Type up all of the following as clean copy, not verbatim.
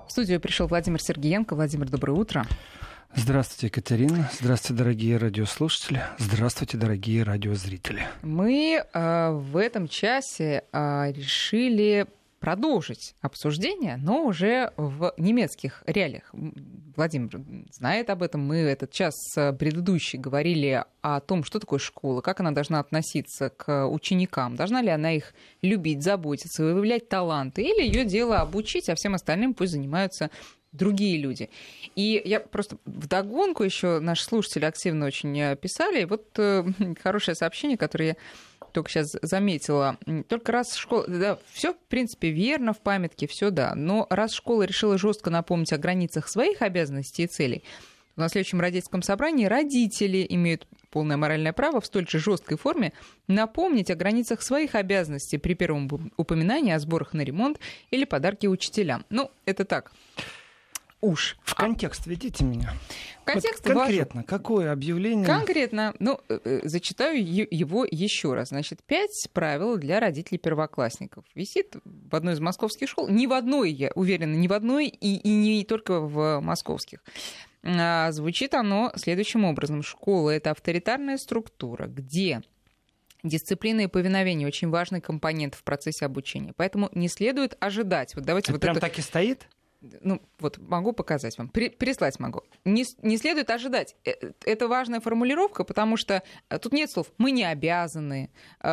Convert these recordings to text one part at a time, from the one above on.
В студию пришел Владимир Сергеенко. Владимир, доброе утро. Здравствуйте, Екатерина. Здравствуйте, дорогие радиослушатели. Здравствуйте, дорогие радиозрители. Мы в этом часе решили продолжить обсуждение, но уже в немецких реалиях. Владимир знает об этом. Мы этот час предыдущий говорили о том, что такое школа, как она должна относиться к ученикам, должна ли она их любить, заботиться, выявлять таланты, или ее дело обучить, а всем остальным пусть занимаются другие люди. И я просто вдогонку еще наши слушатели активно очень писали. Вот хорошее сообщение, которое я только сейчас заметила. Только раз школа... Да, все, в принципе, верно в памятке, все да. Но раз школа решила жестко напомнить о границах своих обязанностей и целей, то на следующем родительском собрании родители имеют полное моральное право в столь же жесткой форме напомнить о границах своих обязанностей при первом упоминании о сборах на ремонт или подарке учителям. Ну, это так. Уж. В контекст ведите меня. Контекст вот конкретно, какое объявление? Конкретно, зачитаю его еще раз. Значит, 5 правил для родителей первоклассников. Висит в одной из московских школ. Не в одной, я уверена, не в одной и не только в московских. Звучит оно следующим образом. Школа — это авторитарная структура, где дисциплина и повиновение — очень важный компонент в процессе обучения. Поэтому не следует ожидать. Вот давайте это прям так и стоит? Ну, вот могу показать вам, переслать могу. Не следует ожидать. Это важная формулировка, потому что тут нет слов «мы не обязаны».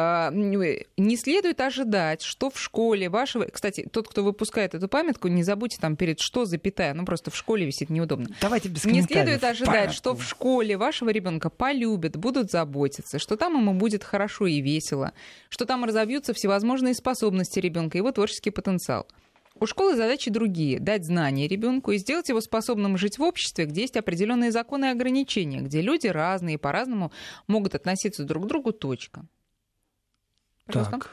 Не следует ожидать, что в школе вашего... Кстати, тот, кто выпускает эту памятку, не забудьте там перед «что» запятая, ну просто в школе висит неудобно. Давайте без комментариев. Не следует ожидать, Понятно. что в школе вашего ребенка полюбят, будут заботиться, что там ему будет хорошо и весело, что там разовьются всевозможные способности ребенка, его творческий потенциал. У школы задачи другие — дать знания ребенку и сделать его способным жить в обществе, где есть определенные законы и ограничения, где люди разные и по-разному могут относиться друг к другу. Точка. Так.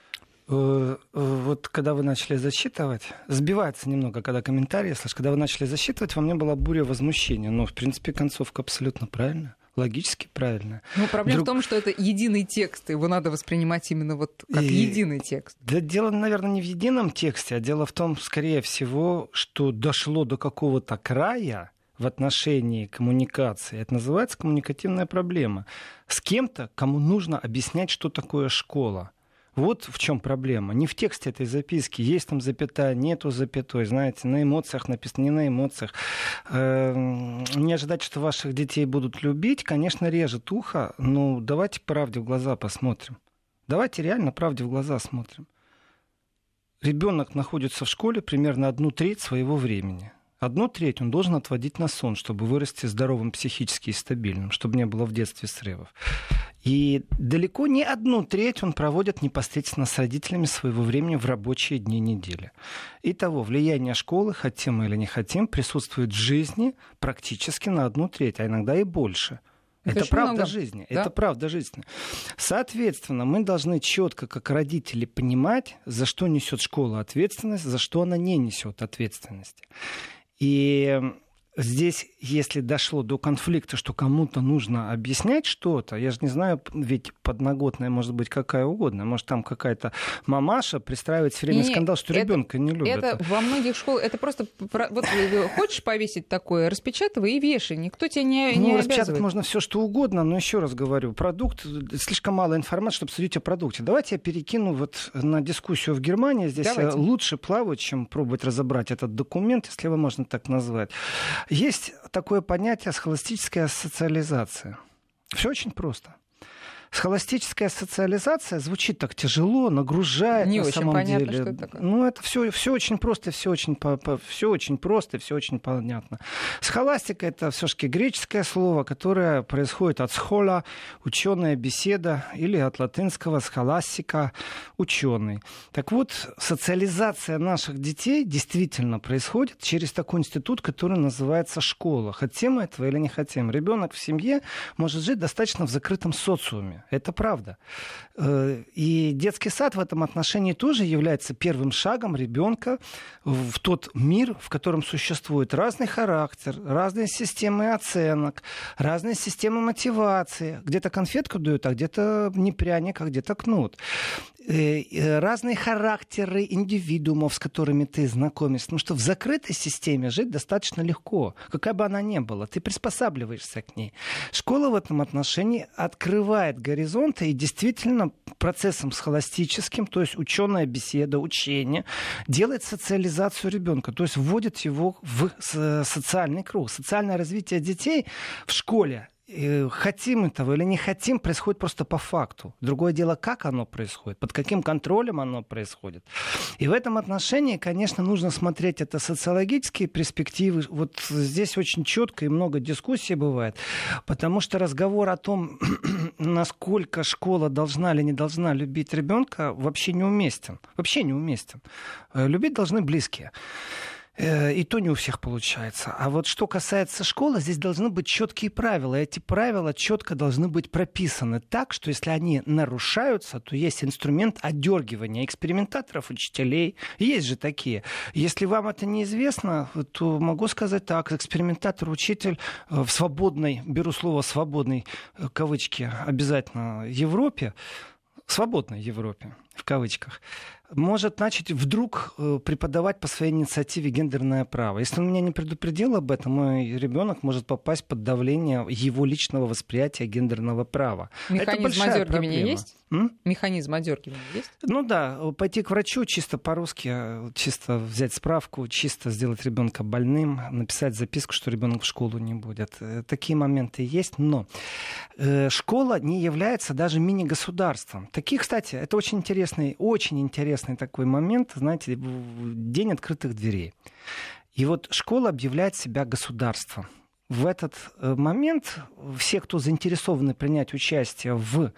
Вот когда вы начали зачитывать, сбивается немного, когда комментарии слышишь, когда вы начали зачитывать, во мне была буря возмущения. Но, в принципе, концовка абсолютно правильная. Логически правильно. Но проблема в том, что это единый текст, его надо воспринимать именно вот как единый текст. Да, дело, наверное, не в едином тексте, а дело в том, скорее всего, что дошло до какого-то края в отношении коммуникации. Это называется коммуникативная проблема. С кем-то, кому нужно объяснять, что такое школа. Вот в чем проблема. Не в тексте этой записки. Есть там запятая, нету запятой. Знаете, на эмоциях написано, не на эмоциях. Не ожидать, что ваших детей будут любить, конечно, режет ухо. Но давайте правде в глаза посмотрим. Давайте реально правде в глаза смотрим. Ребенок находится в школе примерно 1/3 своего времени. 1/3 он должен отводить на сон, чтобы вырасти здоровым психически и стабильным, чтобы не было в детстве срывов. И далеко не 1/3 он проводит непосредственно с родителями своего времени в рабочие дни недели. Итого, влияние школы, хотим мы или не хотим, присутствует в жизни практически на 1/3, а иногда и больше. Это правда много. Жизни. Да? Это правда жизни. Соответственно, мы должны четко, как родители, понимать, за что несет школа ответственность, за что она не несет ответственности. И здесь, если дошло до конфликта, что кому-то нужно объяснять что-то, я же не знаю, ведь подноготная может быть какая угодно. Может, там какая-то мамаша пристраивает все время скандал, что ребенка не любят. Это во многих школах, это просто... Вот хочешь повесить такое, распечатывай и вешай. Никто тебя не обязывает. Распечатать можно все что угодно, но еще раз говорю, продукт, слишком мало информации, чтобы судить о продукте. Давайте я перекину вот на дискуссию в Германии. Здесь лучше плавать, чем пробовать разобрать этот документ, если его можно так назвать. Есть такое понятие схоластическая социализация. Все очень просто. Схоластическая социализация звучит так тяжело, нагружает не на очень самом понятно, деле. Что это такое. Ну, это все очень просто, все очень просто, все очень понятно. Схоластика — это все-таки греческое слово, которое происходит от схола, ученая беседа, или от латинского схоластика, ученый. Так вот, социализация наших детей действительно происходит через такой институт, который называется школа. Хотим мы этого или не хотим. Ребенок в семье может жить достаточно в закрытом социуме. Это правда. И детский сад в этом отношении тоже является первым шагом ребенка в тот мир, в котором существует разный характер, разные системы оценок, разные системы мотивации. Где-то конфетку дают, а где-то не пряник, а где-то кнут. разные характеры индивидуумов, с которыми ты знакомишься. Потому что в закрытой системе жить достаточно легко, какая бы она ни была. Ты приспосабливаешься к ней. Школа в этом отношении открывает горизонты и действительно процессом схоластическим, то есть ученая беседа, учение, делает социализацию ребенка, то есть вводит его в социальный круг. Социальное развитие детей в школе, хотим этого или не хотим, происходит просто по факту. Другое дело, как оно происходит, под каким контролем оно происходит. И в этом отношении, конечно, нужно смотреть это социологические перспективы. Вот здесь очень четко и много дискуссий бывает, потому что разговор о том, насколько школа должна или не должна любить ребенка, вообще неуместен. Вообще неуместен. Любить должны близкие. И то не у всех получается. А вот что касается школы, здесь должны быть четкие правила. Эти правила четко должны быть прописаны так, что если они нарушаются, то есть инструмент отдергивания экспериментаторов, учителей. Есть же такие. Если вам это неизвестно, то могу сказать так. Экспериментатор, учитель в свободной, беру слово «свободной», кавычки, обязательно Европе, свободной Европе, в кавычках, может начать вдруг преподавать по своей инициативе гендерное право. Если он меня не предупредил об этом, мой ребенок может попасть под давление его личного восприятия гендерного права. Механизм одергивания есть? Механизм одергивания есть? Ну да, пойти к врачу чисто по-русски, чисто взять справку, чисто сделать ребенка больным, написать записку, что ребенок в школу не будет. Такие моменты есть, но школа не является даже мини-государством. Такие, кстати, это очень интересный такой момент, знаете, день открытых дверей. И вот школа объявляет себя государством. В этот момент все, кто заинтересованы принять участие в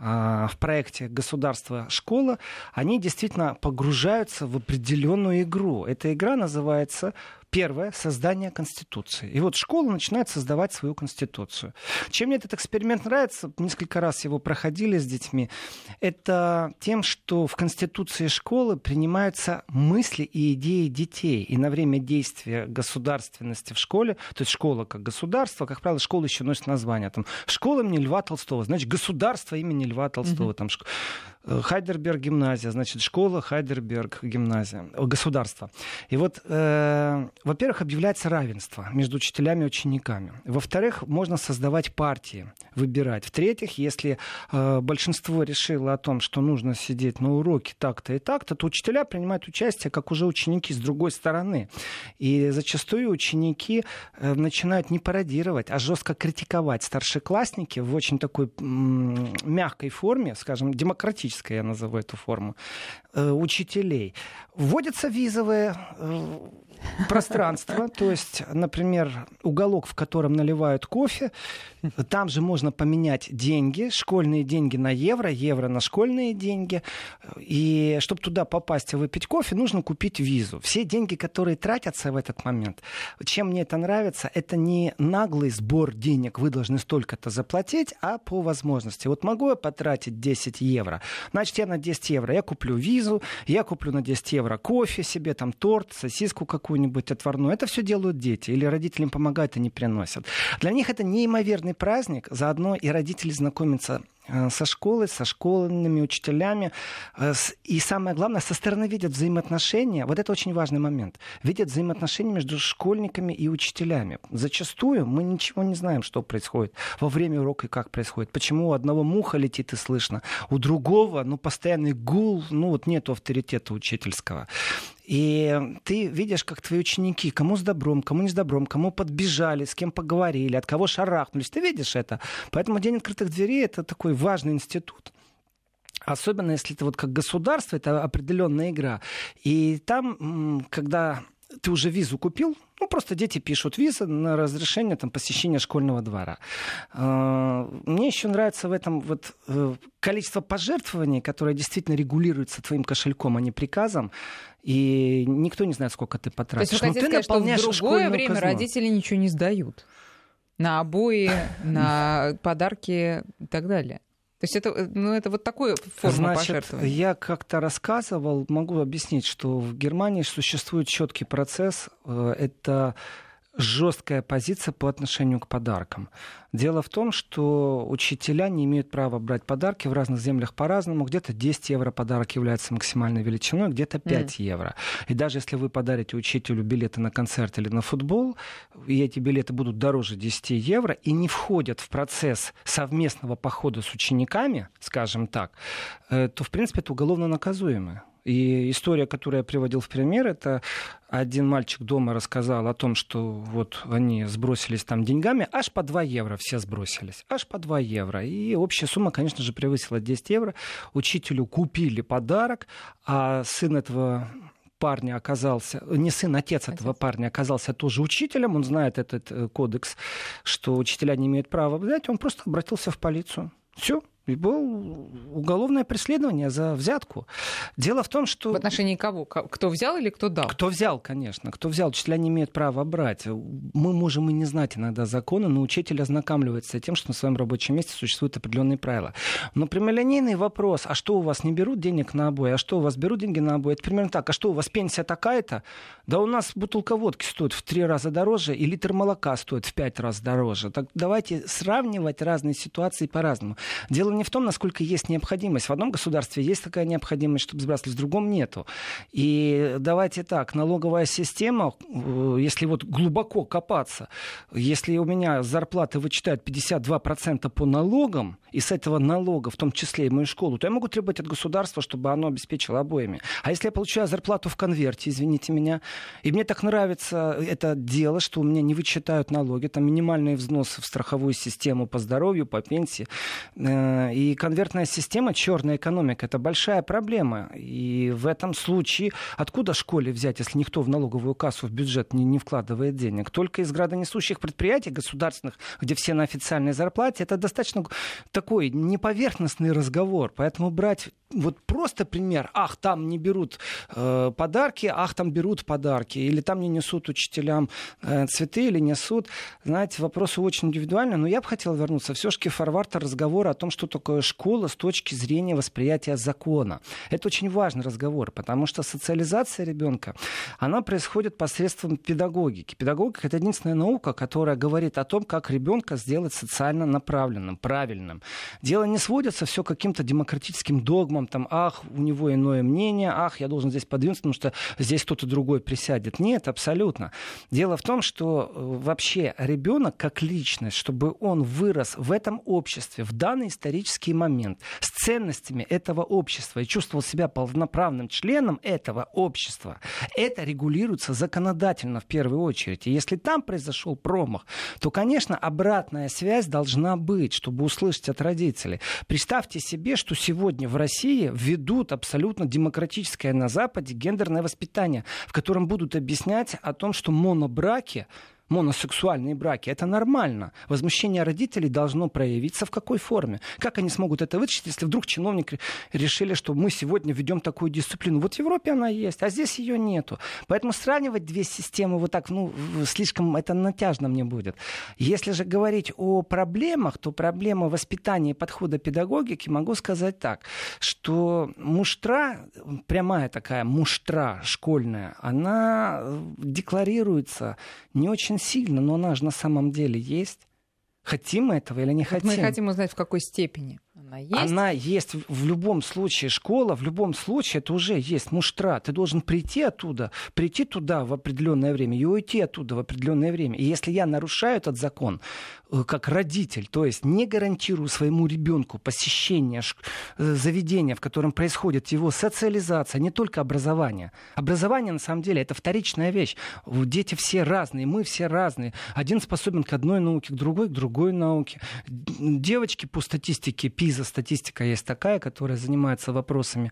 проекте «Государство-школа», они действительно погружаются в определенную игру. Эта игра называется первое — создание Конституции. И вот школа начинает создавать свою Конституцию. Чем мне этот эксперимент нравится, несколько раз его проходили с детьми, это тем, что в Конституции школы принимаются мысли и идеи детей. И на время действия государственности в школе, то есть школа как государство, как правило, школа еще носит название. Там, школа имени Льва Толстого, значит, государство имени Льва Толстого. Там, Хайдельберг гимназия, значит, школа Хайдельберг гимназия, государство. И вот, во-первых, объявляется равенство между учителями и учениками. Во-вторых, можно создавать партии, выбирать. В-третьих, если большинство решило о том, что нужно сидеть на уроке так-то и так-то, то учителя принимают участие, как уже ученики с другой стороны. И зачастую ученики начинают не пародировать, а жестко критиковать старшеклассники в очень такой мягкой форме, скажем, демократической, я назову эту форму, учителей. Вводятся визовые пространство, то есть, например, уголок, в котором наливают кофе, там же можно поменять деньги, школьные деньги на евро, евро на школьные деньги, и чтобы туда попасть и выпить кофе, нужно купить визу. Все деньги, которые тратятся в этот момент, чем мне это нравится, это не наглый сбор денег, вы должны столько-то заплатить, а по возможности. Вот могу я потратить 10 евро, значит, я на 10 евро, я куплю визу, я куплю на 10 евро кофе себе, там торт, сосиску какую-нибудь отварную. Это все делают дети. Или родители им помогают и не приносят. Для них это неимоверный праздник. Заодно и родители знакомятся со школой, со школьными учителями. И самое главное, со стороны видят взаимоотношения. Вот это очень важный момент. Видят взаимоотношения между школьниками и учителями. Зачастую мы ничего не знаем, что происходит во время урока и как происходит. Почему у одного муха летит и слышно, у другого, постоянный гул, нету авторитета учительского. И ты видишь, как твои ученики, кому с добром, кому не с добром, кому подбежали, с кем поговорили, от кого шарахнулись. Ты видишь это. Поэтому День открытых дверей — это такой важный институт. Особенно если это как государство, это определенная игра. И там, когда ты уже визу купил, просто дети пишут визу на разрешение посещения школьного двора. Мне еще нравится в этом количество пожертвований, которое действительно регулируется твоим кошельком, а не приказом. И никто не знает, сколько ты потратишь. То есть вы хотите сказать, что в другое время казну. Родители ничего не сдают? На обои, на подарки и так далее? То есть это вот такое форма пожертвования. Я как-то рассказывал, могу объяснить, что в Германии существует четкий процесс. Это жесткая позиция по отношению к подаркам. Дело в том, что учителя не имеют права брать подарки в разных землях по-разному. Где-то 10 евро подарок является максимальной величиной, где-то 5 евро. И даже если вы подарите учителю билеты на концерт или на футбол, и эти билеты будут дороже 10 евро и не входят в процесс совместного похода с учениками, скажем так, то, в принципе, это уголовно наказуемо. И история, которую я приводил в пример, это один мальчик дома рассказал о том, что вот они сбросились там деньгами, аж по 2 евро все сбросились, аж по 2 евро. И общая сумма, конечно же, превысила 10 евро. Учителю купили подарок, а сын этого парня оказался, не сын, отец этого парня оказался тоже учителем, он знает этот кодекс, что учителя не имеют права взять, он просто обратился в полицию. Все. И было уголовное преследование за взятку. Дело в том, что... В отношении кого? Кто взял или кто дал? Кто взял, конечно. Кто взял. Учителя не имеют права брать. Мы можем и не знать иногда законы, но учитель ознакомливается с тем, что на своем рабочем месте существуют определенные правила. Но прямолинейный вопрос, а что у вас не берут денег на обои, а что у вас берут деньги на обои, это примерно так. А что у вас пенсия такая-то? Да у нас бутылка водки стоит в 3 раза дороже, и литр молока стоит в 5 раз дороже. Так давайте сравнивать разные ситуации по-разному. Дело не в том, насколько есть необходимость. В одном государстве есть такая необходимость, чтобы сбрасывать, в другом нету. И давайте так, налоговая система, если вот глубоко копаться, если у меня зарплаты вычитают 52% по налогам, и с этого налога, в том числе и мою школу, то я могу требовать от государства, чтобы оно обеспечило обоими. А если я получаю зарплату в конверте, извините меня, и мне так нравится это дело, что у меня не вычитают налоги, там минимальные взносы в страховую систему по здоровью, по пенсии, и конвертная система, черная экономика, это большая проблема. И в этом случае откуда школе взять, если никто в налоговую кассу, в бюджет не вкладывает денег? Только из градонесущих предприятий государственных, где все на официальной зарплате. Это достаточно такой неповерхностный разговор. Поэтому брать вот просто пример, ах, там не берут подарки, ах, там берут подарки, или там не несут учителям цветы, или несут. Знаете, вопросы очень индивидуальны, но я бы хотел вернуться все-таки в фарватер разговора о том, что такое школа с точки зрения восприятия закона. Это очень важный разговор, потому что социализация ребенка, она происходит посредством педагогики. Педагогика — это единственная наука, которая говорит о том, как ребенка сделать социально направленным, правильным. Дело не сводится все к каким-то демократическим догмам, там, ах, у него иное мнение, ах, я должен здесь подвинуться, потому что здесь кто-то другой присядет. Нет, абсолютно. Дело в том, что вообще ребенок как личность, чтобы он вырос в этом обществе, в данный исторический момент, с ценностями этого общества и чувствовал себя полноправным членом этого общества, это регулируется законодательно в первую очередь. И если там произошел промах, то, конечно, обратная связь должна быть, чтобы услышать от родителей. Представьте себе, что сегодня в России ведут абсолютно демократическое на Западе гендерное воспитание, в котором будут объяснять о том, что моносексуальные браки, это нормально. Возмущение родителей должно проявиться в какой форме? Как они смогут это вычислить, если вдруг чиновники решили, что мы сегодня ведем такую дисциплину? Вот в Европе она есть, а здесь ее нету. Поэтому сравнивать две системы вот так, слишком это натяжно мне будет. Если же говорить о проблемах, то проблема воспитания и подхода педагогики, могу сказать так, что муштра, прямая такая муштра школьная, она декларируется не очень сильно, но она же на самом деле есть. Хотим мы этого или не хотим? Мы хотим узнать, в какой степени она есть. Она есть в любом случае. Школа в любом случае это уже есть муштра. Ты должен прийти туда в определенное время и уйти оттуда в определенное время. И если я нарушаю этот закон как родитель, то есть не гарантирую своему ребенку посещение заведения, в котором происходит его социализация, не только образование. Образование, на самом деле, это вторичная вещь. Дети все разные, мы все разные. Один способен к одной науке, к другой науке. Девочки по статистике, ПИЗа статистика есть такая, которая занимается вопросами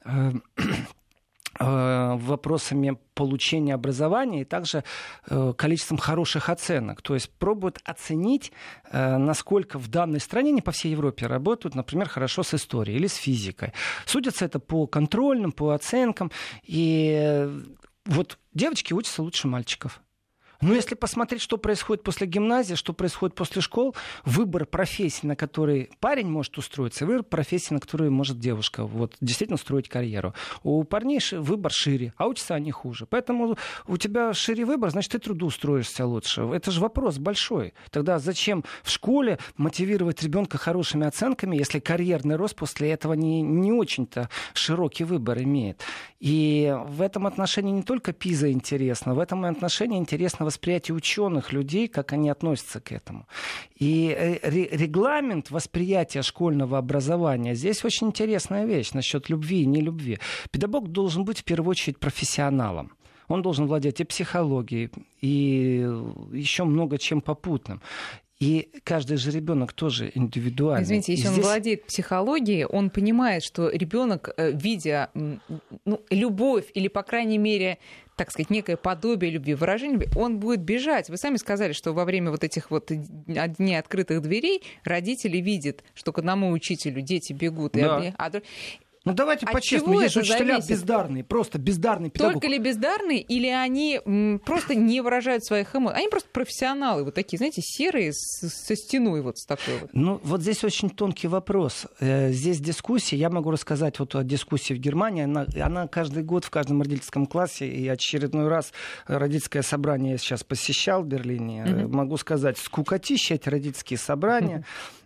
получения образования и также количеством хороших оценок. То есть пробуют оценить, насколько в данной стране, не по всей Европе, работают, например, хорошо с историей или с физикой. Судятся это по контрольным, по оценкам. И вот девочки учатся лучше мальчиков. Но если посмотреть, что происходит после гимназии, что происходит после школ, выбор профессии, на который парень может устроиться, и выбор профессии, на которую может девушка вот, действительно строить карьеру. У парней выбор шире, а учатся они хуже. Поэтому у тебя шире выбор, значит, ты трудоустроишься лучше. Это же вопрос большой. Тогда зачем в школе мотивировать ребенка хорошими оценками, если карьерный рост после этого не очень-то широкий выбор имеет? И в этом отношении не только ПИЗа интересно, в этом отношении интересно восприятие ученых людей, как они относятся к этому. И регламент восприятия школьного образования здесь очень интересная вещь насчет любви и нелюбви. Педагог должен быть в первую очередь профессионалом. Он должен владеть и психологией, и еще много чем попутным. И каждый же ребенок тоже индивидуальный. Извините, если он владеет психологией, он понимает, что ребенок, видя любовь или, по крайней мере, так сказать, некое подобие любви, выражение любви, он будет бежать. Вы сами сказали, что во время вот этих вот дней открытых дверей родители видят, что к одному учителю дети бегут. Да. Ну давайте по-честному, есть учителя бездарные, просто бездарный педагог. Только ли бездарные, или они просто не выражают своих эмоций? Они просто профессионалы, вот такие, знаете, серые, со стеной вот с такой вот. Ну вот здесь очень тонкий вопрос. Здесь дискуссия, я могу рассказать вот о дискуссии в Германии. Она каждый год в каждом родительском классе, и очередной раз родительское собрание я сейчас посещал в Берлине. Могу сказать, скукотища эти родительские собрания.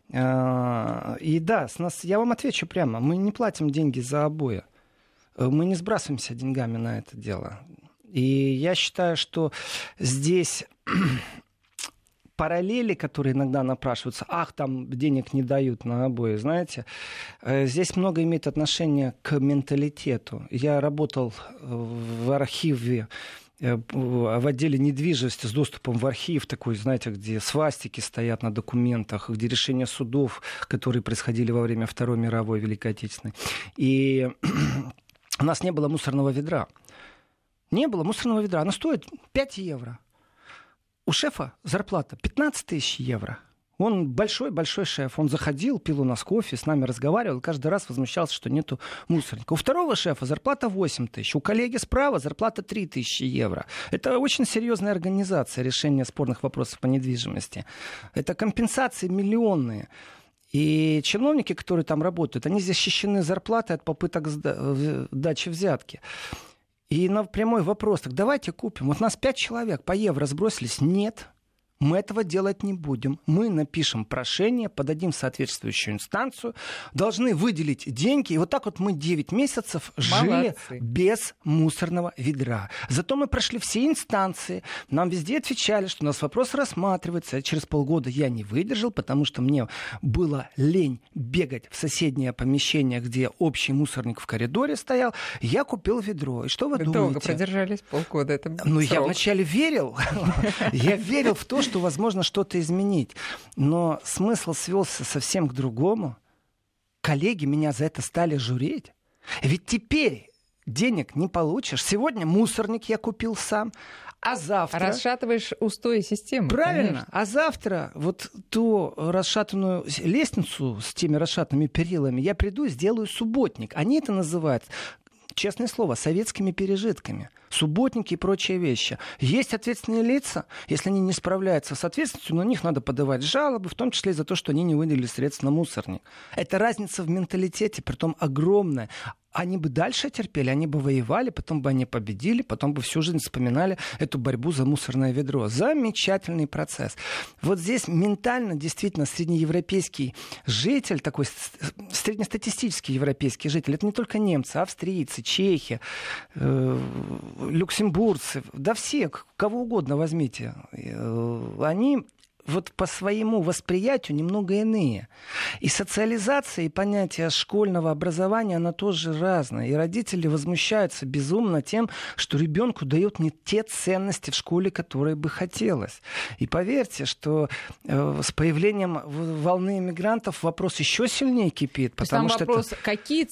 И да, я вам отвечу прямо, мы не платим деньги за обои, мы не сбрасываемся деньгами на это дело. И я считаю, что здесь параллели, которые иногда напрашиваются, там денег не дают на обои, знаете, здесь много имеет отношение к менталитету. Я работал в архиве, в отделе недвижимости с доступом в архив такой, знаете, где свастики стоят на документах, где решения судов, которые происходили во время Второй мировой, Великой Отечественной. И у нас не было мусорного ведра. Не было мусорного ведра. Оно стоит 5 евро. У шефа зарплата 15 тысяч евро. Он большой-большой шеф. Он заходил, пил у нас кофе, с нами разговаривал, каждый раз возмущался, что нету мусорника. У второго шефа зарплата 8 тысяч. У коллеги справа зарплата 3 тысячи евро. Это очень серьезная организация решения спорных вопросов по недвижимости. Это компенсации миллионные. И чиновники, которые там работают, они защищены зарплатой от попыток сдачи взятки. И на прямой вопрос, так давайте купим. Вот нас 5 человек по евро сбросились. Нет. Мы этого делать не будем. Мы напишем прошение, подадим в соответствующую инстанцию, должны выделить деньги. И вот так вот мы 9 месяцев жили без мусорного ведра. Зато мы прошли все инстанции. Нам везде отвечали, что у нас вопрос рассматривается. Через полгода я не выдержал, потому что мне было лень бегать в соседнее помещение, где общий мусорник в коридоре стоял. Я купил ведро. И что вы думаете? Долго продержались полгода. Это я вначале верил. Я верил в то, что возможно что-то изменить. Но смысл свелся совсем к другому. Коллеги меня за это стали журить. Ведь теперь денег не получишь. Сегодня мусорник я купил сам, а завтра... Расшатываешь устои системы. Правильно. Конечно. А завтра вот ту расшатанную лестницу с теми расшатанными перилами я приду и сделаю субботник. Они это называют... Честное слово, советскими пережитками. Субботники и прочие вещи. Есть ответственные лица, если они не справляются с ответственностью, на них надо подавать жалобы, в том числе и за то, что они не выделили средств на мусорник. Это разница в менталитете, притом огромная. Они бы дальше терпели, они бы воевали, потом бы они победили, потом бы всю жизнь вспоминали эту борьбу за мусорное ведро. Замечательный процесс. Вот здесь ментально действительно среднеевропейский житель, такой среднестатистический европейский житель, это не только немцы, австрийцы, чехи, люксембургцы, да все, кого угодно возьмите. Они вот по своему восприятию немного иные. И социализация, и понятие школьного образования, оно тоже разное. И родители возмущаются безумно тем, что ребенку дают не те ценности в школе, которые бы хотелось. И поверьте, что с появлением волны иммигрантов вопрос еще сильнее кипит. Потому что вопрос, какие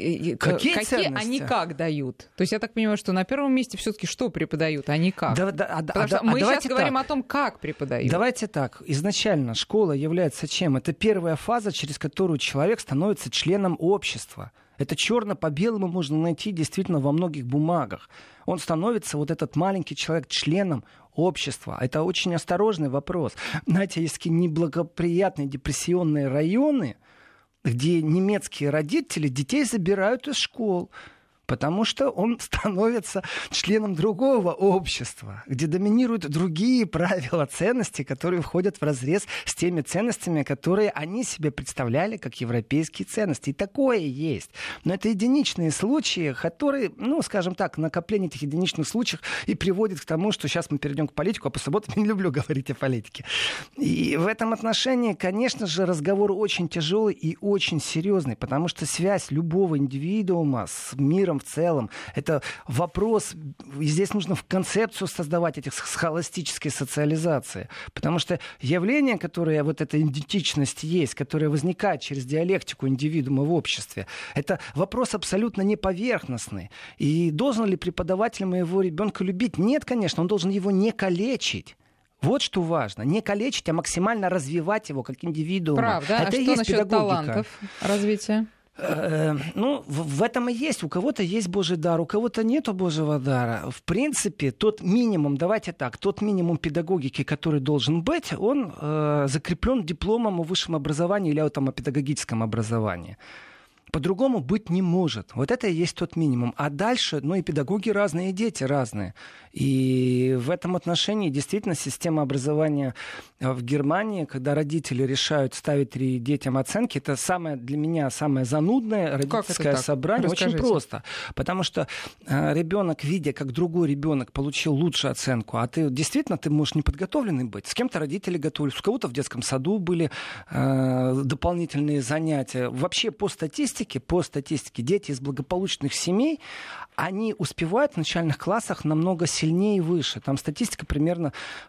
они как дают? То есть я так понимаю, что на первом месте все-таки что преподают, а не как. Мы сейчас говорим о том, как преподают. Давайте так. Изначально школа является чем? Это первая фаза, через которую человек становится членом общества. Это черно по белому можно найти действительно во многих бумагах. Он становится, вот этот маленький человек, членом общества. Это очень осторожный вопрос. Знаете, есть такие неблагоприятные депрессионные районы, где немецкие родители детей забирают из школ, потому что он становится членом другого общества, где доминируют другие правила ценностей, которые входят вразрез с теми ценностями, которые они себе представляли как европейские ценности. И такое есть. Но это единичные случаи, которые, скажем так, накопление этих единичных случаев и приводит к тому, что сейчас мы перейдем к политике, а по субботам я не люблю говорить о политике. И в этом отношении, конечно же, разговор очень тяжелый и очень серьезный, потому что связь любого индивидуума с миром в целом. Это вопрос, и здесь нужно в концепцию создавать этих схоластической социализации. Потому что явление, которое, вот эта идентичность есть, которое возникает через диалектику индивидуума в обществе, это вопрос абсолютно не поверхностный. И должен ли преподаватель моего ребенка любить? Нет, конечно, он должен его не калечить. Вот что важно. Не калечить, а максимально развивать его как индивидуума. Правда. Это а что насчет талантов развития? В этом и есть. У кого-то есть Божий дар, у кого-то нету Божьего дара. В принципе, тот минимум педагогики, который должен быть, он закреплен дипломом о высшем образовании или о педагогическом образовании. По-другому быть не может. Вот это и есть тот минимум. А дальше, и педагоги разные, и дети разные. И в этом отношении действительно система образования в Германии, когда родители решают ставить детям оценки, это для меня самое занудное родительское собрание. Расскажите. Очень просто. Потому что ребенок, видя, как другой ребенок получил лучшую оценку, а ты можешь неподготовленный быть. С кем-то родители готовились, у кого-то в детском саду были дополнительные занятия. Вообще по статистике, дети из благополучных семей, они успевают в начальных классах намного сильнее и выше. Там статистика примерно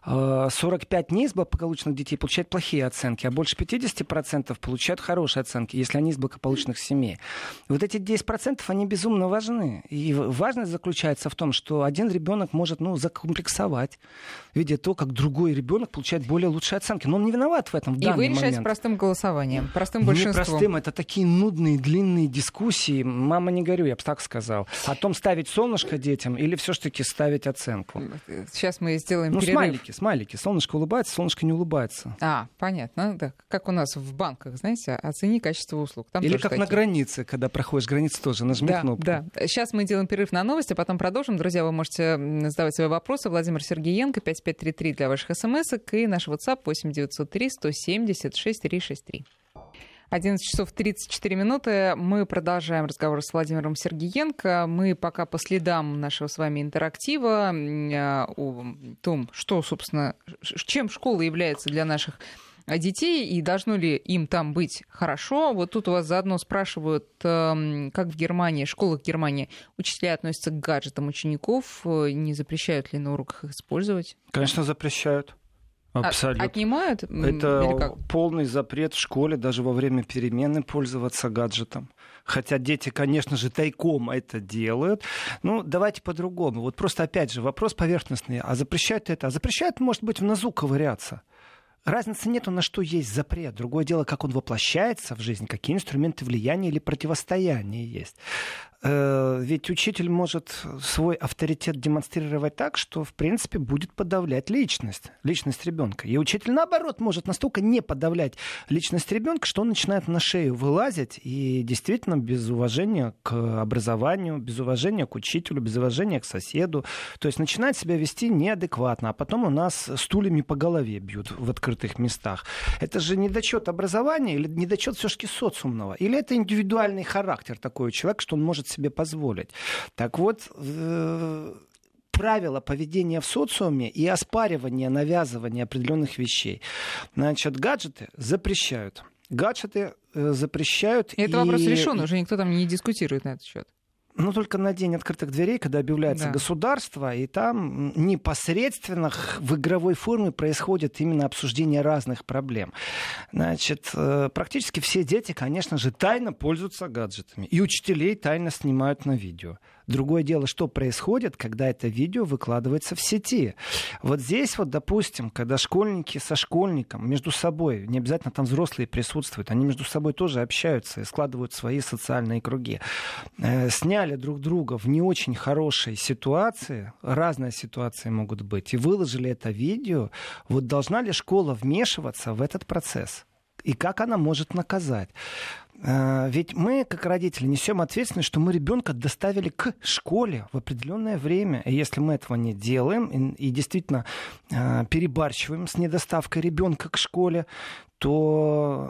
45 не из благополучных детей получают плохие оценки, а больше 50% получают хорошие оценки, если они из благополучных семей. И вот эти 10% они безумно важны. И важность заключается в том, что один ребенок может закомплексовать, видя то, как другой ребенок получает более лучшие оценки. Но он не виноват в этом в данный момент. И вы решаете простым голосованием, простым большинством. Не простым, это такие нудные, длинные дискуссии. Мама, не горюй, я бы так сказал. О том, ставить солнышко детям или все-таки ставить оценку. Сейчас мы сделаем перерыв. Смайлики. Солнышко улыбается, солнышко не улыбается. Понятно. Да. Как у нас в банках, знаете, оцени качество услуг. Там или как на границе, когда проходишь границу, тоже нажми кнопку. Да. Сейчас мы делаем перерыв на новости, а потом продолжим. Друзья, вы можете задавать свои вопросы. Владимир Сергеенко, 5533 для ваших смс-ок и наш WhatsApp 8903 170 6363. 11 часов 34 минуты. Мы продолжаем разговор с Владимиром Сергеенко. Мы пока по следам нашего с вами интерактива о том, что, собственно, чем школа является для наших детей и должно ли им там быть хорошо. Вот тут у вас заодно спрашивают, как в Германии, школах Германии учителя относятся к гаджетам учеников, не запрещают ли на уроках их использовать? Конечно, запрещают. Абсолютно. Отнимают? Это полный запрет в школе даже во время перемены пользоваться гаджетом. Хотя дети, конечно же, тайком это делают. Давайте по-другому. Вот просто, опять же, вопрос поверхностный. А запрещают это? А запрещают, может быть, в нозу ковыряться. Разницы нету, на что есть запрет. Другое дело, как он воплощается в жизнь, какие инструменты влияния или противостояния есть. Ведь учитель может свой авторитет демонстрировать так, что, в принципе, будет подавлять личность ребенка. И учитель, наоборот, может настолько не подавлять личность ребенка, что он начинает на шею вылазить и действительно без уважения к образованию, без уважения к учителю, без уважения к соседу. То есть начинает себя вести неадекватно, а потом у нас стульями по голове бьют в открытых местах. Это же недочет образования или недочет все-таки социумного? Или это индивидуальный характер такой у человека, что он может себе позволить. Так вот, правила поведения в социуме и оспаривание, навязывание определенных вещей. Значит, гаджеты запрещают. Это вопрос решен, уже никто там не дискутирует на этот счет. Только на день открытых дверей, когда объявляется государство, и там непосредственно в игровой форме происходит именно обсуждение разных проблем. Значит, практически все дети, конечно же, тайно пользуются гаджетами. И учителей тайно снимают на видео. Другое дело, что происходит, когда это видео выкладывается в сети. Вот здесь вот, допустим, когда школьники со школьником между собой, не обязательно там взрослые присутствуют, они между собой тоже общаются и складывают свои социальные круги, сняли друг друга в не очень хорошей ситуации, разные ситуации могут быть, и выложили это видео, вот должна ли школа вмешиваться в этот процесс? И как она может наказать? Ведь мы, как родители, несем ответственность, что мы ребенка доставили к школе в определенное время. И если мы этого не делаем и действительно перебарщиваем с недоставкой ребенка к школе, то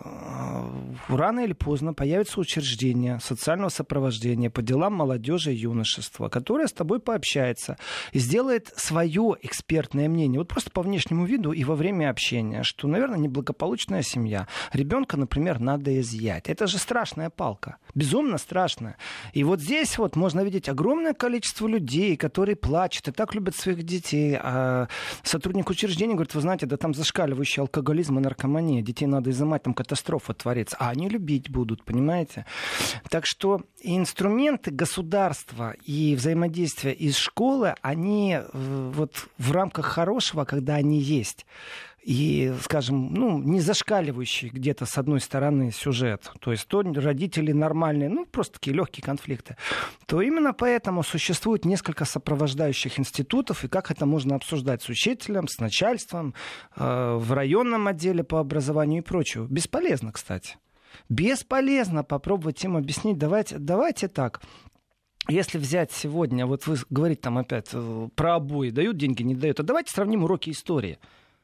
рано или поздно появится учреждение социального сопровождения по делам молодежи и юношества, которое с тобой пообщается и сделает свое экспертное мнение. Вот просто по внешнему виду и во время общения, что, наверное, неблагополучная семья. Ребенка, например, надо изъять. Это же страшная палка. Безумно страшная. И вот здесь вот можно видеть огромное количество людей, которые плачут и так любят своих детей. А сотрудник учреждения говорит, вы знаете, да там зашкаливающий алкоголизм и наркомания. Детей надо изымать, там катастрофа творится. А они любить будут, понимаете? Так что инструменты государства и взаимодействия из школы, они вот в рамках хорошего, когда они есть, и, скажем, не зашкаливающий где-то с одной стороны сюжет, то есть то родители нормальные, просто такие легкие конфликты, то именно поэтому существует несколько сопровождающих институтов, и как это можно обсуждать с учителем, с начальством, в районном отделе по образованию и прочее. Бесполезно, кстати. Бесполезно попробовать им объяснить. Давайте так. Если взять сегодня, вот вы говорите там опять про обои, дают деньги, не дают, а давайте сравним уроки истории.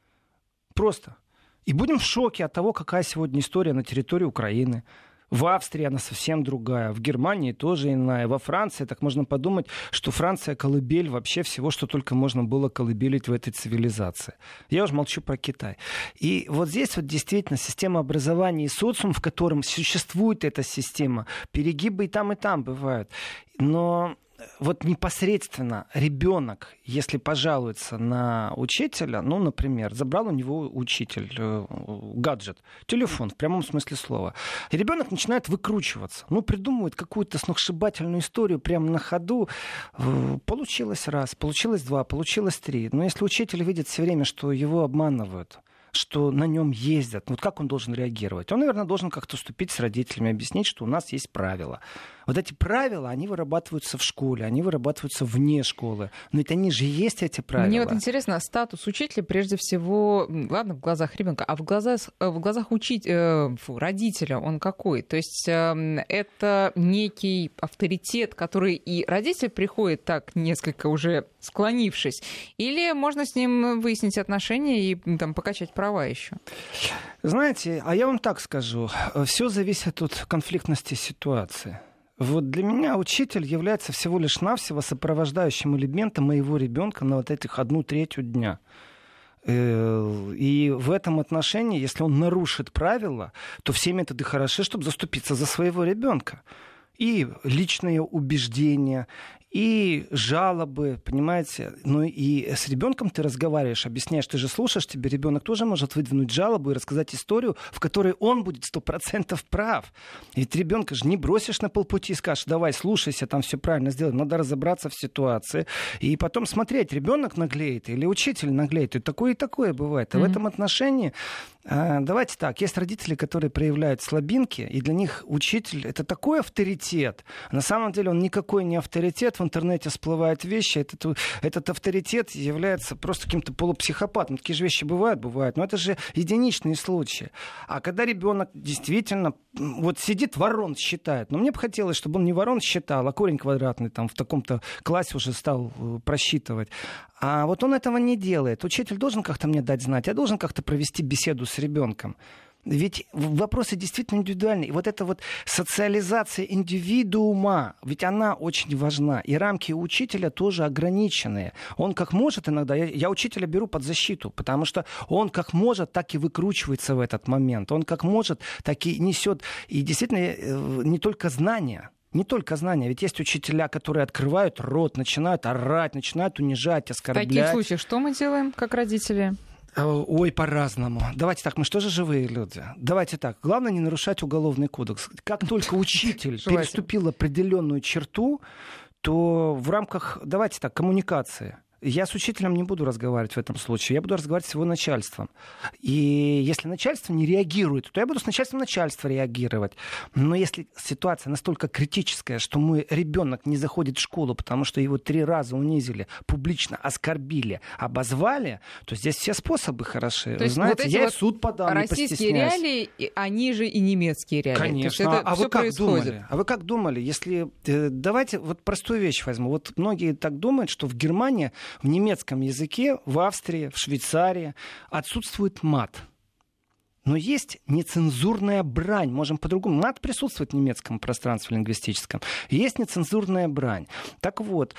Просто. И будем в шоке от того, какая сегодня история на территории Украины. В Австрии она совсем другая, в Германии тоже иная, во Франции, так можно подумать, что Франция колыбель вообще всего, что только можно было колыбелить в этой цивилизации. Я уже молчу про Китай. И вот здесь вот действительно система образования и социум, в котором существует эта система, перегибы и там бывают. Но вот непосредственно ребенок, если пожалуется на учителя, например, забрал у него учитель гаджет, телефон в прямом смысле слова, и ребенок начинает выкручиваться, придумывает какую-то сногсшибательную историю прямо на ходу. Получилось раз, получилось два, получилось три. Но если учитель видит все время, что его обманывают, что на нем ездят, как он должен реагировать? Он, наверное, должен как-то вступить с родителями, объяснить, что у нас есть правила. Вот эти правила, они вырабатываются в школе, они вырабатываются вне школы. Но ведь они же есть, эти правила. Мне вот интересно, статус учителя, прежде всего, ладно, в глазах ребенка, а в глазах родителя он какой? То есть это некий авторитет, который и родитель приходит так, несколько уже склонившись, или можно с ним выяснить отношения и там покачать права еще? Знаете, а я вам так скажу, все зависит от конфликтности ситуации. Вот для меня учитель является всего лишь навсего сопровождающим элементом моего ребенка на вот этих 1/3 дня. И в этом отношении, если он нарушит правила, то все методы хороши, чтобы заступиться за своего ребенка. И личные убеждения, и жалобы, понимаете? И с ребенком ты разговариваешь, объясняешь, ты же слушаешь, тебе ребенок тоже может выдвинуть жалобу и рассказать историю, в которой он будет 100% прав. Ведь ребенка же не бросишь на полпути и скажешь, давай, слушайся, там все правильно сделай. Надо разобраться в ситуации и потом смотреть, ребенок наглеет или учитель наглеет. И такое бывает. И в этом отношении давайте так, есть родители, которые проявляют слабинки, и для них учитель — это такой авторитет. На самом деле он никакой не авторитет, в интернете всплывают вещи, этот авторитет является просто каким-то полупсихопатом. Такие же вещи бывают, но это же единичные случаи. А когда ребенок действительно сидит, ворон считает, но мне бы хотелось, чтобы он не ворон считал, а корень квадратный там в таком-то классе уже стал просчитывать. А вот он этого не делает. Учитель должен как-то мне дать знать, я должен как-то провести беседу с ребенком. Ведь вопросы действительно индивидуальные. И вот эта социализация индивидуума, ведь она очень важна. И рамки учителя тоже ограниченные. Он как может иногда, я учителя беру под защиту, потому что он как может, так и выкручивается в этот момент. Он как может, так и несет. И действительно не только знания. Не только знания, ведь есть учителя, которые открывают рот, начинают орать, начинают унижать, оскорблять. В таких случаях что мы делаем, как родители? Ой, по-разному. Давайте так, мы что же живые люди? Давайте так, главное не нарушать уголовный кодекс. Как только учитель переступил определенную черту, то в рамках, давайте так, коммуникации. Я с учителем не буду разговаривать в этом случае, я буду разговаривать с его начальством. И если начальство не реагирует, то я буду с начальством начальства реагировать. Но если ситуация настолько критическая, что мой ребенок не заходит в школу, потому что его 3 раза унизили, публично оскорбили, обозвали, то здесь все способы хороши. То есть знаете, вот я в суд подам, не постесняюсь. российские реалии, они же и немецкие реалии. Конечно. А вы как думали? А вы как думали? Если давайте вот простую вещь возьму. Вот многие так думают, что в Германии, в немецком языке, в Австрии, в Швейцарии отсутствует мат. Но есть нецензурная брань. Можем по-другому. Мат присутствует в немецком пространстве лингвистическом. Есть нецензурная брань. Так вот,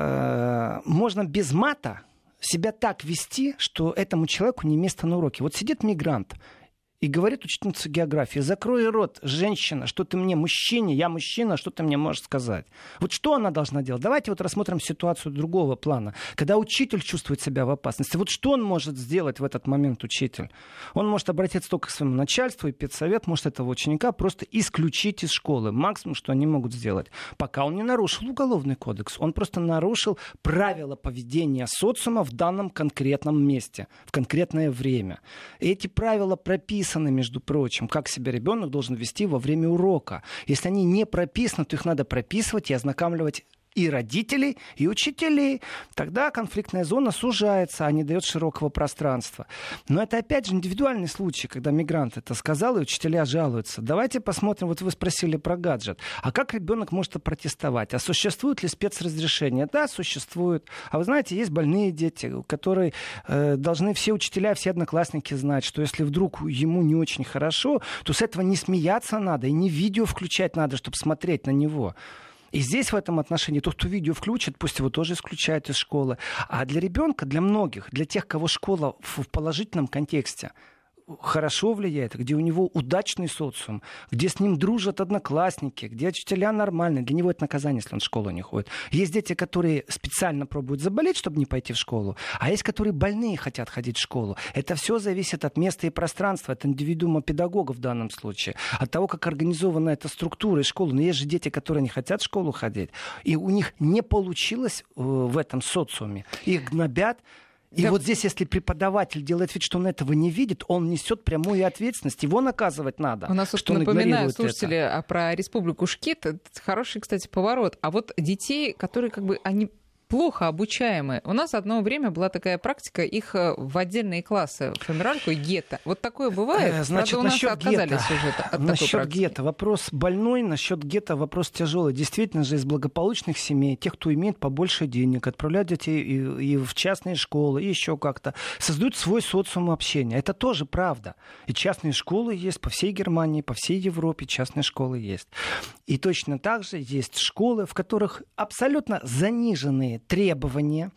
можно без мата себя так вести, что этому человеку не место на уроке. Вот сидит мигрант и говорит учительница географии: закрой рот, женщина, что ты мне, мужчине, я мужчина, что ты мне можешь сказать? Вот что она должна делать? Давайте вот рассмотрим ситуацию другого плана. Когда учитель чувствует себя в опасности, вот что он может сделать в этот момент, учитель? Он может обратиться только к своему начальству, и педсовет может этого ученика просто исключить из школы. Максимум, что они могут сделать. Пока он не нарушил уголовный кодекс, он просто нарушил правила поведения социума в данном конкретном месте, в конкретное время. И эти правила прописаны, между прочим, как себя ребенок должен вести во время урока. Если они не прописаны, то их надо прописывать и ознакомливать и родителей, и учителей. Тогда конфликтная зона сужается, а не дает широкого пространства. Но это, опять же, индивидуальный случай, когда мигрант это сказал, и учителя жалуются. Давайте посмотрим, вот вы спросили про гаджет. А как ребенок может опротестовать? А существует ли спецразрешение? Да, существует. А вы знаете, есть больные дети, которые должны все учителя, все одноклассники знать, что если вдруг ему не очень хорошо, то с этого не смеяться надо, и не видео включать надо, чтобы смотреть на него. И здесь в этом отношении тот, кто видео включит, пусть его тоже исключают из школы. А для ребенка, для многих, для тех, кого школа в положительном контексте хорошо влияет, где у него удачный социум, где с ним дружат одноклассники, где учителя нормальные. Для него это наказание, если он в школу не ходит. Есть дети, которые специально пробуют заболеть, чтобы не пойти в школу, а есть, которые больные хотят ходить в школу. Это все зависит от места и пространства, от индивидуума педагога в данном случае, от того, как организована эта структура и школа. Но есть же дети, которые не хотят в школу ходить, и у них не получилось в этом социуме. Их гнобят. И вот здесь, если преподаватель делает вид, что он этого не видит, он несет прямую ответственность. Его наказывать надо. У нас, что напоминаю, слушатели, про Республику Шкит. Это хороший, кстати, поворот. А вот детей, которые они плохо обучаемые. У нас одно время была такая практика, их в отдельные классы формировали, гетто. Вот такое бывает? Значит, правда, у нас отказались уже от такой насчет практики. Гетто. Вопрос больной, насчет гетто вопрос тяжелый. Действительно же из благополучных семей, тех, кто имеет побольше денег, отправляют детей и в частные школы, и еще как-то, создают свой социум общения. Это тоже правда. И частные школы есть по всей Германии, по всей Европе частные школы есть. И точно так же есть школы, в которых абсолютно заниженные требования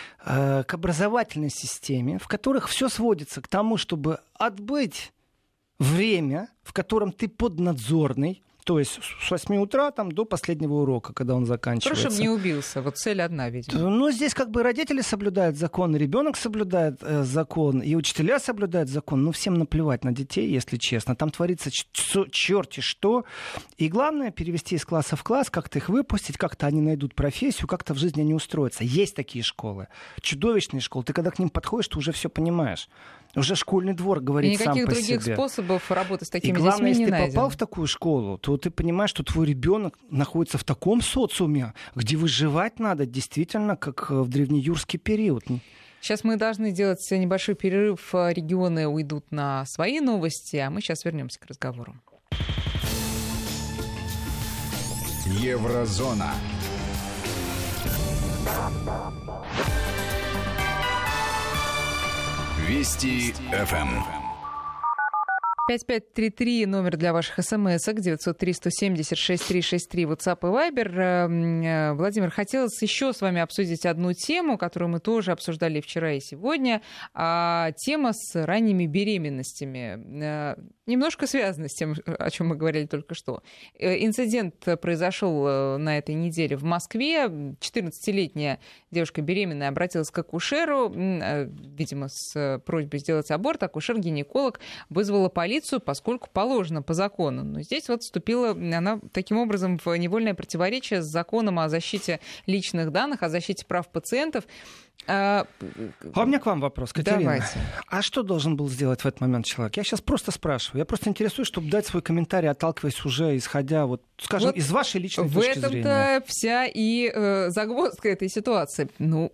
к образовательной системе, в которых все сводится к тому, чтобы отбыть время, в котором ты поднадзорный, то есть с 8 утра до последнего урока, когда он заканчивается. Чтобы не убился. Вот цель одна, видимо. Ну, здесь родители соблюдают закон, ребенок соблюдает закон, и учителя соблюдают закон. Ну, всем наплевать на детей, если честно. Там творится черти что. И главное, перевести из класса в класс, как-то их выпустить, как-то они найдут профессию, как-то в жизни они устроятся. Есть такие школы. Чудовищные школы. Ты когда к ним подходишь, ты уже все понимаешь. Уже школьный двор говорит сам по себе. И никаких других способов работы с такими детьми не найдено. И главное, если ты попал в такую школу, то ты понимаешь, что твой ребенок находится в таком социуме, где выживать надо действительно, как в древнеюрский период. Сейчас мы должны делать небольшой перерыв. Регионы уйдут на свои новости, а мы сейчас вернемся к разговору. Еврозона. Вести ФМ. 5533, номер для ваших смс-ок, 903-170-6363, WhatsApp и Viber. Владимир, хотелось еще с вами обсудить одну тему, которую мы тоже обсуждали вчера и сегодня. Тема с ранними беременностями. Немножко связана с тем, о чем мы говорили только что. Инцидент произошел на этой неделе в Москве. 14-летняя девушка беременная обратилась к акушеру, видимо, с просьбой сделать аборт. Акушер-гинеколог вызвала полицию полицию, поскольку положено по закону. Но здесь вот вступила она таким образом в невольное противоречие с законом о защите личных данных, о защите прав пациентов. А у меня к вам вопрос, Катерина. Давайте. А что должен был сделать в этот момент человек? Я сейчас просто спрашиваю. Я просто интересуюсь, чтобы дать свой комментарий, отталкиваясь уже, исходя, вот, скажем, из вашей личной точки зрения. В этом-то вся и загвоздка этой ситуации.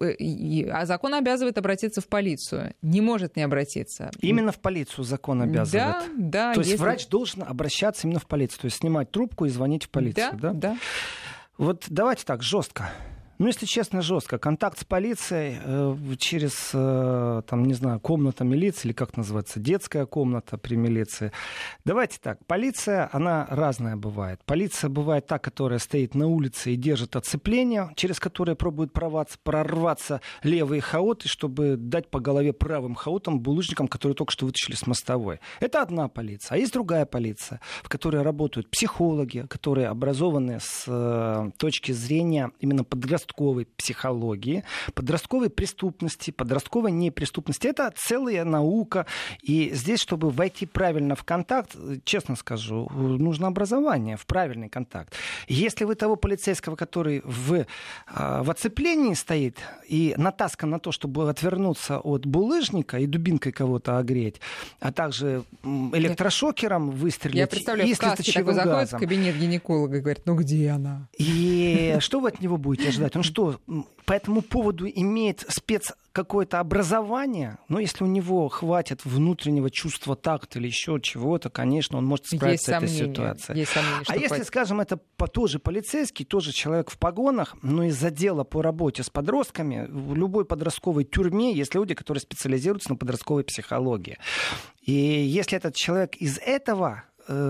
А закон обязывает обратиться в полицию. Не может не обратиться. Именно в полицию закон обязывает? Да. То есть врач должен обращаться именно в полицию, то есть снимать трубку и звонить в полицию, да? Да. Вот давайте так, жестко. Ну, если честно, жестко. Контакт с полицией через, там, не знаю, комната милиции, или как называется, детская комната при милиции. Давайте так. Полиция, она разная бывает. Полиция бывает та, которая стоит на улице и держит оцепление, через которое пробуют прорваться левые хаоты, чтобы дать по голове правым хаотам, булыжникам, которые только что вытащили с мостовой. Это одна полиция. А есть другая полиция, в которой работают психологи, которые образованы с точки зрения именно подростковой психологии, подростковой преступности, подростковой непреступности. Это целая наука. И здесь, чтобы войти правильно в контакт, честно скажу, нужно образование в правильный контакт. Если вы того полицейского, который в оцеплении стоит и натаскан на то, чтобы отвернуться от булыжника и дубинкой кого-то огреть, а также электрошокером выстрелить, я представляю, и в каске такой заходит в кабинет гинеколога и говорит, ну где она? И что вы от него будете ожидать? Он что, по этому поводу имеет какое-то образование? Но если у него хватит внутреннего чувства такта или еще чего-то, конечно, он может справиться с этой ситуацией. Есть сомнения, а если, скажем, это тоже полицейский, тоже человек в погонах, но из отдела по работе с подростками, в любой подростковой тюрьме есть люди, которые специализируются на подростковой психологии. И если этот человек из этого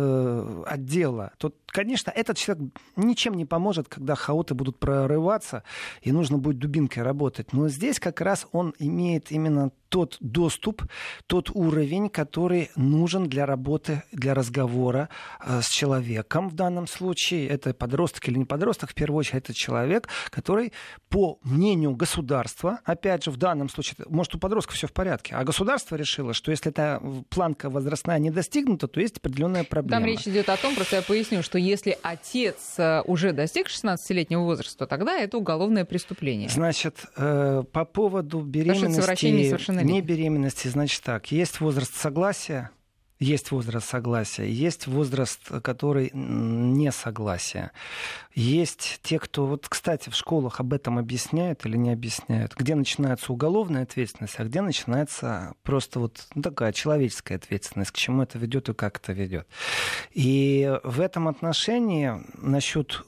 отдела, то, конечно, этот человек ничем не поможет, когда хаоты будут прорываться, и нужно будет дубинкой работать. Но здесь как раз он имеет именно тот доступ, тот уровень, который нужен для работы, для разговора с человеком в данном случае. Это подросток или не подросток, в первую очередь, это человек, который, по мнению государства, опять же, в данном случае, может, у подростка все в порядке, а государство решило, что если эта планка возрастная не достигнута, то есть определенная проблема. Там речь идет о том, просто я поясню, что если отец уже достиг 16-летнего возраста, то тогда это уголовное преступление. Значит, по поводу беременности, не беременности, значит так, есть возраст согласия, есть возраст, который не согласия. Есть те, кто, вот, кстати, в школах об этом объясняют или не объясняют, где начинается уголовная ответственность, а где начинается просто вот такая человеческая ответственность, к чему это ведет и как это ведет. И в этом отношении насчет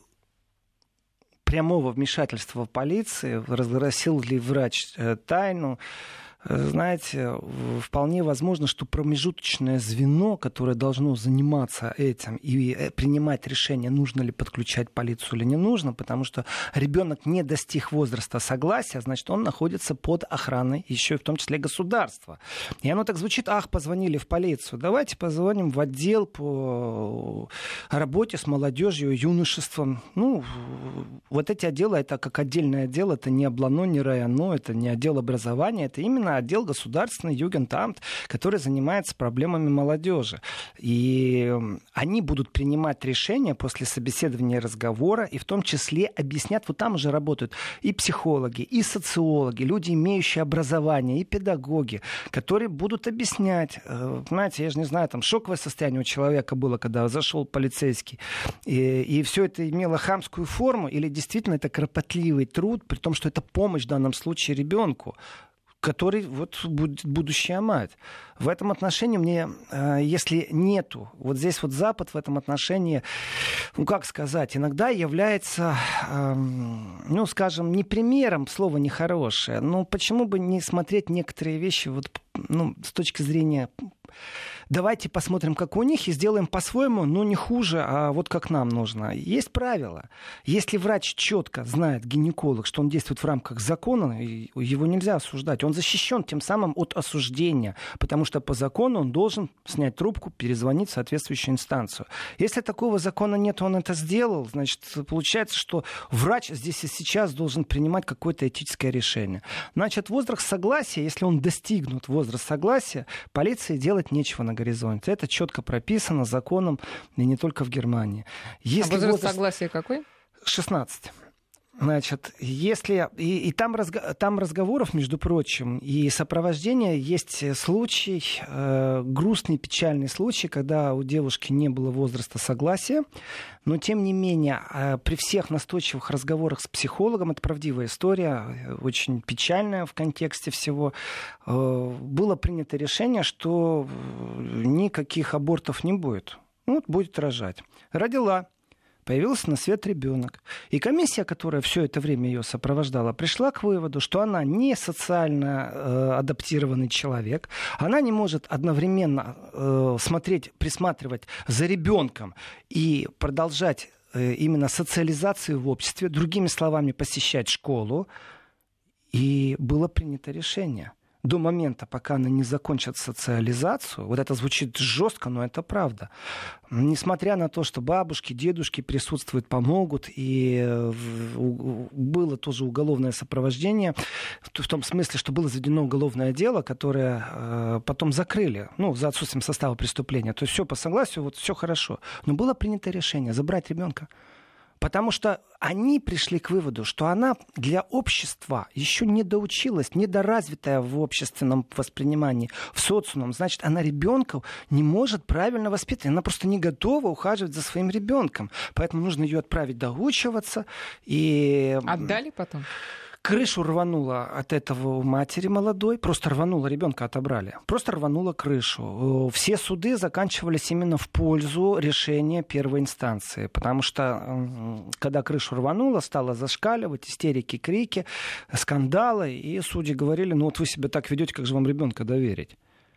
прямого вмешательства полиции, разгласил ли врач тайну, знаете, вполне возможно, что промежуточное звено, которое должно заниматься этим и принимать решение, нужно ли подключать полицию или не нужно, потому что ребенок не достиг возраста согласия, значит, он находится под охраной еще и в том числе государства. И оно так звучит: ах, позвонили в полицию. Давайте позвоним в отдел по работе с молодежью и юношеством. Ну, вот эти отделы, это как отдельное отдел, это не облано, не районо, это не отдел образования, это именно отдел государственный Югентамт, который занимается проблемами молодежи. И они будут принимать решения после собеседования и разговора, и в том числе объяснят, вот там уже работают и психологи, и социологи, люди, имеющие образование, и педагоги, которые будут объяснять. Понимаете, я же не знаю, там шоковое состояние у человека было, когда зашел полицейский, и все это имело хамскую форму, или действительно это кропотливый труд, при том, что это помощь в данном случае ребенку, который вот будет будущая мать. В этом отношении мне, если нету, вот здесь вот Запад в этом отношении, ну как сказать, иногда является, ну скажем, не примером, слово нехорошее, но почему бы не смотреть некоторые вещи вот, ну, с точки зрения... Давайте посмотрим, как у них, и сделаем по-своему, но не хуже, а вот как нам нужно. Есть правила. Если врач четко знает, гинеколог, что он действует в рамках закона, его нельзя осуждать. Он защищен тем самым от осуждения, потому что по закону он должен снять трубку, перезвонить в соответствующую инстанцию. Если такого закона нет, он это сделал, значит, получается, что врач здесь и сейчас должен принимать какое-то этическое решение. Значит, возраст согласия, если он достигнут возраст согласия, полиции делать делать нечего на горизонте. Это четко прописано законом, и не только в Германии. Если возраст согласия какой? 16. Значит, если и там разговоров, между прочим, и сопровождения, есть случай, грустный, печальный случай, когда у девушки не было возраста согласия, но тем не менее при всех настойчивых разговорах с психологом, это правдивая история, очень печальная в контексте всего, было принято решение, что никаких абортов не будет. Вот будет рожать. Родила. Появился на свет ребенок. И комиссия, которая все это время ее сопровождала, пришла к выводу, что она не социально адаптированный человек, она не может одновременно присматривать за ребенком и продолжать именно социализацию в обществе, другими словами, посещать школу. И было принято решение. До момента, пока она не закончит социализацию, вот это звучит жестко, но это правда. Несмотря на то, что бабушки, дедушки присутствуют, помогут, и было тоже уголовное сопровождение, в том смысле, что было заведено уголовное дело, которое потом закрыли, за отсутствием состава преступления. То есть все по согласию, вот все хорошо. Но было принято решение забрать ребенка. Потому что они пришли к выводу, что она для общества еще не доучилась, недоразвитая в общественном воспринимании, в социуме. Значит, она ребенка не может правильно воспитывать. Она просто не готова ухаживать за своим ребенком. Поэтому нужно ее отправить доучиваться. И... Отдали потом? Крышу рванула от этого у матери молодой. Просто рванула, ребенка отобрали. Просто рванула крышу. Все суды заканчивались именно в пользу решения первой инстанции. Потому что, когда крышу рванула, стало зашкаливать, истерики, крики, скандалы. И судьи говорили, вот вы себя так ведете, как же вам ребенка доверить?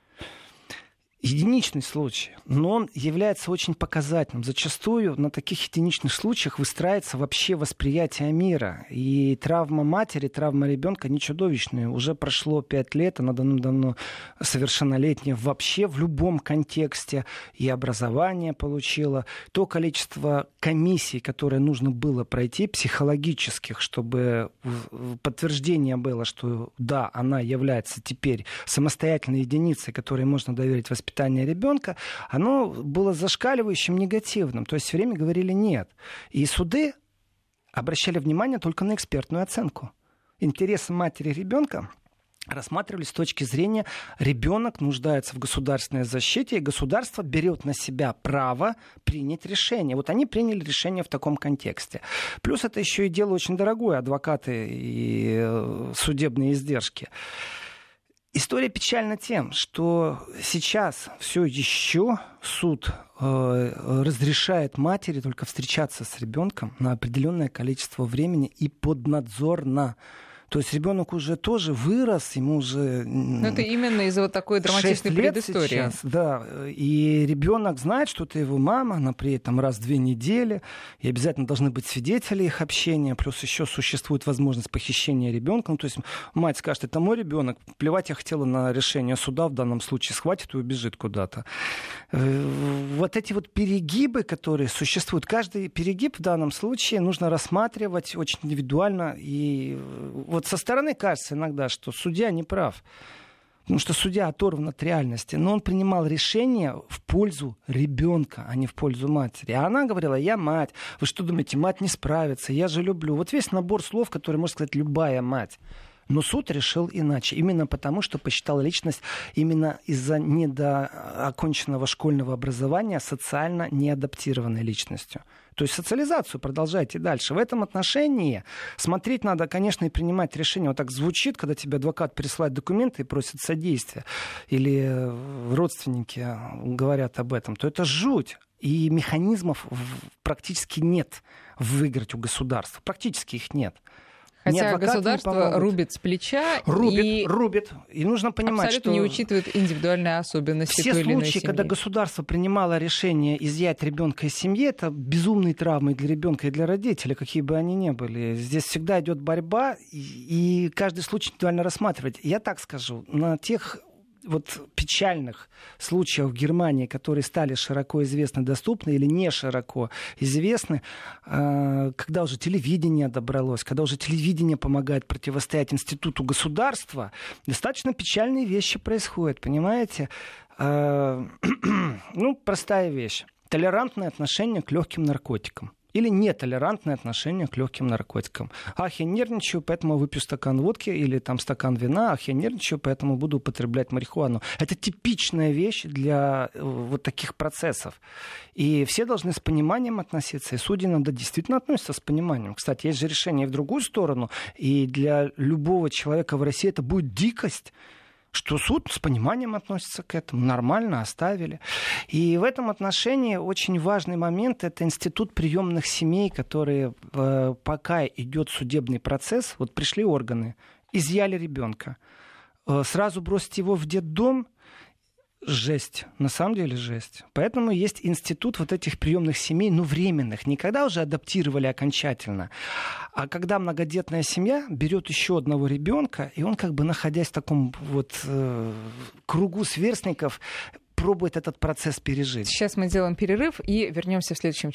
Единичный случай, но он является очень показательным. Зачастую на таких единичных случаях выстраивается вообще восприятие мира. И травма матери, травма ребенка не чудовищные. Уже прошло 5 лет, она давно совершеннолетняя вообще в любом контексте. И образование получила. То количество комиссий, которое нужно было пройти, психологических, чтобы подтверждение было, что да, она является теперь самостоятельной единицей, которой можно доверить воспитание ребенка, оно было зашкаливающим, негативным. То есть все время говорили нет. И суды обращали внимание только на экспертную оценку. Интересы матери и ребенка рассматривались с точки зрения, ребенок нуждается в государственной защите, и государство берет на себя право принять решение. Вот они приняли решение в таком контексте. Плюс это еще и дело очень дорогое, адвокаты и судебные издержки. История печальна тем, что сейчас все еще суд разрешает матери только встречаться с ребенком на определенное количество времени и поднадзорно. То есть ребенок уже тоже вырос, ему уже... Ну, это именно из-за вот такой драматичной предыстории. Сейчас, да. И ребенок знает, что это его мама, она приедет там раз в 2 недели, и обязательно должны быть свидетели их общения, плюс еще существует возможность похищения ребенка. Ну, то есть мать скажет, это мой ребенок, плевать я хотела на решение суда, в данном случае схватит и убежит куда-то. Вот эти вот перегибы, которые существуют, каждый перегиб в данном случае нужно рассматривать очень индивидуально. И вот со стороны кажется иногда, что судья не прав. Потому что судья оторван от реальности. Но он принимал решение в пользу ребенка, а не в пользу матери. А она говорила, я мать. Вы что думаете, мать не справится? Я же люблю. Вот весь набор слов, который может сказать любая мать. Но суд решил иначе. Именно потому, что посчитал личность именно из-за недооконченного школьного образования социально неадаптированной личностью. То есть социализацию продолжайте дальше. В этом отношении смотреть надо, конечно, и принимать решение. Вот так звучит, когда тебе адвокат присылает документы и просит содействия, или родственники говорят об этом, то это жуть. И механизмов практически нет выиграть у государства. Практически их нет. Хотя государство рубит с плеча рубит. И нужно понимать, абсолютно не учитывает индивидуальные особенности все той или иной случаи, семьи. когда государство принимало решение изъять ребенка из семьи, это безумные травмы для ребенка и для родителей, какие бы они ни были. Здесь всегда идет борьба, и каждый случай индивидуально рассматривать. Я так скажу, на тех вот печальных случаев в Германии, которые стали широко известны, доступны или не широко известны, когда уже телевидение добралось, когда уже телевидение помогает противостоять институту государства, достаточно печальные вещи происходят, понимаете? Простая вещь. Толерантное отношение к легким наркотикам. Или нетолерантное отношение к легким наркотикам. Ах, я нервничаю, поэтому выпью стакан водки или там стакан вина. Ах, я нервничаю, поэтому буду употреблять марихуану. Это типичная вещь для вот таких процессов. И все должны с пониманием относиться. И судьи иногда действительно относятся с пониманием. Кстати, есть же решение в другую сторону. И для любого человека в России это будет дикость, что суд с пониманием относится к этому, нормально оставили. И в этом отношении очень важный момент — это институт приемных семей, которые, пока идет судебный процесс, вот пришли органы, изъяли ребенка, сразу бросить его в детдом — жесть, на самом деле жесть. Поэтому есть институт вот этих приемных семей, временных. Не когда уже адаптировали окончательно, а когда многодетная семья берет еще одного ребенка, и он, как бы находясь в таком вот кругу сверстников, пробует этот процесс пережить. Сейчас мы делаем перерыв и вернемся в следующем